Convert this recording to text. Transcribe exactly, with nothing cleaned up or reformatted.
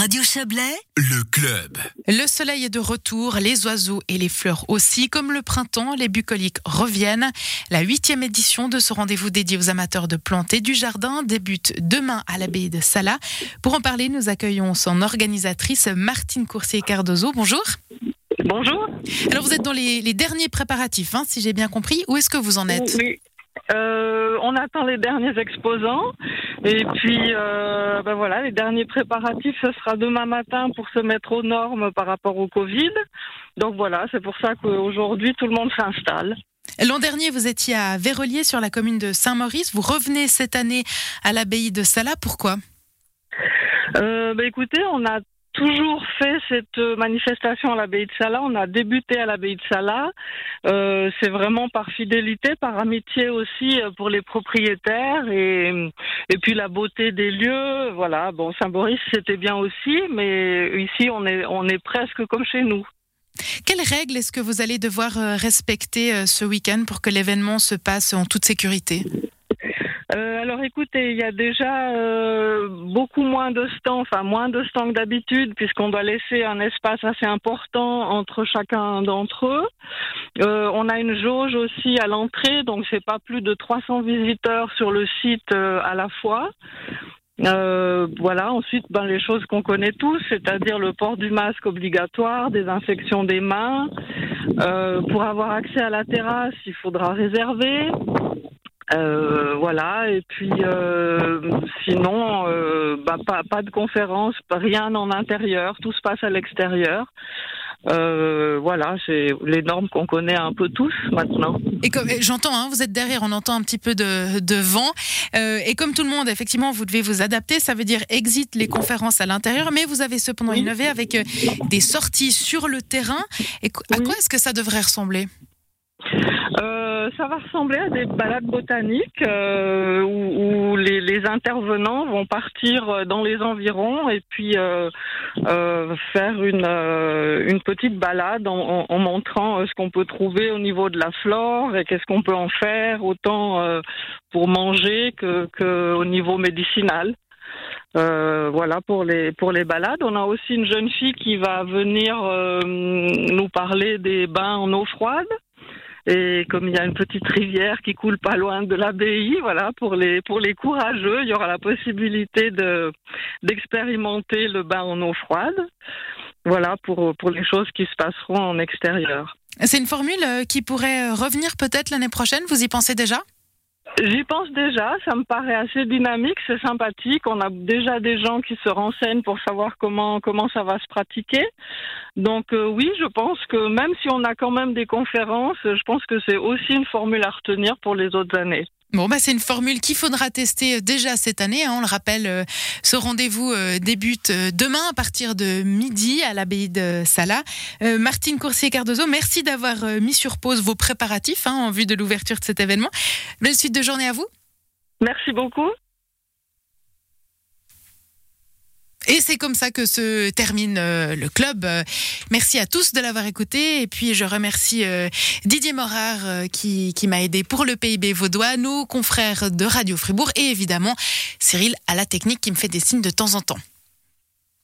Radio Chablais, le club. Le soleil est de retour, les oiseaux et les fleurs aussi. Comme le printemps, les bucoliques reviennent. La huitième édition de ce rendez-vous dédié aux amateurs de plantes et du jardin débute demain à l'abbaye de Sala. Pour en parler, nous accueillons son organisatrice Martine Coursier-Cardozo. Bonjour. Bonjour. Alors vous êtes dans les, les derniers préparatifs, hein, si j'ai bien compris. Où est-ce que vous en êtes ? Oui. Euh, on attend les derniers exposants et puis euh, ben voilà, les derniers préparatifs, ce sera demain matin pour se mettre aux normes par rapport au Covid. Donc voilà, c'est pour ça qu'aujourd'hui tout le monde s'installe. L'an dernier, vous étiez à Vérolier sur la commune de Saint-Maurice. Vous revenez cette année à l'abbaye de Sala. Pourquoi ? euh, ben écoutez, on a toujours fait cette manifestation à l'abbaye de Sala. On a débuté à l'abbaye de Sala. Euh, c'est vraiment par fidélité, par amitié aussi pour les propriétaires et, et puis la beauté des lieux. Voilà. Bon, Saint-Maurice, c'était bien aussi, mais ici, on est, on est presque comme chez nous. Quelles règles est-ce que vous allez devoir respecter ce week-end pour que l'événement se passe en toute sécurité ? Euh, alors écoutez, il y a déjà euh, beaucoup moins de stands, enfin moins de stands que d'habitude, puisqu'on doit laisser un espace assez important entre chacun d'entre eux. Euh, on a une jauge aussi à l'entrée, donc c'est pas plus de trois cents visiteurs sur le site euh, à la fois. Euh, voilà. Ensuite, ben les choses qu'on connaît tous, c'est-à-dire le port du masque obligatoire, désinfection des mains. Euh, pour avoir accès à la terrasse, il faudra réserver. Euh, voilà, et puis euh, sinon, euh, bah, pas, pas de conférence, rien en intérieur, tout se passe à l'extérieur. Euh, voilà, c'est les normes qu'on connaît un peu tous maintenant. Et comme j'entends, hein, vous êtes derrière, on entend un petit peu de, de vent. Euh, et comme tout le monde, effectivement, vous devez vous adapter. Ça veut dire exit les conférences à l'intérieur, mais vous avez cependant oui. innové avec euh, des sorties sur le terrain. Et à oui. quoi est-ce que ça devrait ressembler ? Euh, ça va ressembler à des balades botaniques euh, où, où les, les intervenants vont partir dans les environs et puis euh, euh, faire une, euh, une petite balade en, en, en montrant ce qu'on peut trouver au niveau de la flore et qu'est-ce qu'on peut en faire, autant euh, pour manger que, que au niveau médicinal. Euh, voilà pour les pour les balades. On a aussi une jeune fille qui va venir euh, nous parler des bains en eau froide. Et comme il y a une petite rivière qui coule pas loin de l'abbaye, voilà, pour les pour les courageux, il y aura la possibilité de d'expérimenter le bain en eau froide. Voilà pour pour les choses qui se passeront en extérieur. C'est une formule qui pourrait revenir peut-être l'année prochaine, vous y pensez déjà ? J'y pense déjà, ça me paraît assez dynamique, c'est sympathique. On a déjà des gens qui se renseignent pour savoir comment comment ça va se pratiquer. Donc euh, oui, je pense que même si on a quand même des conférences, je pense que c'est aussi une formule à retenir pour les autres années. Bon, bah c'est une formule qu'il faudra tester déjà cette année. Hein. On le rappelle, euh, ce rendez-vous euh, débute euh, demain à partir de midi à l'abbaye de Sala. Euh, Martine Coursier-Cardozo, merci d'avoir euh, mis sur pause vos préparatifs hein, en vue de l'ouverture de cet événement. Belle suite de journée à vous. Merci beaucoup. Et c'est comme ça que se termine euh, le club. Euh, merci à tous de l'avoir écouté. Et puis, je remercie euh, Didier Morard euh, qui, qui m'a aidé pour le P I B vaudois, nos confrères de Radio Fribourg et évidemment Cyril à la technique qui me fait des signes de temps en temps.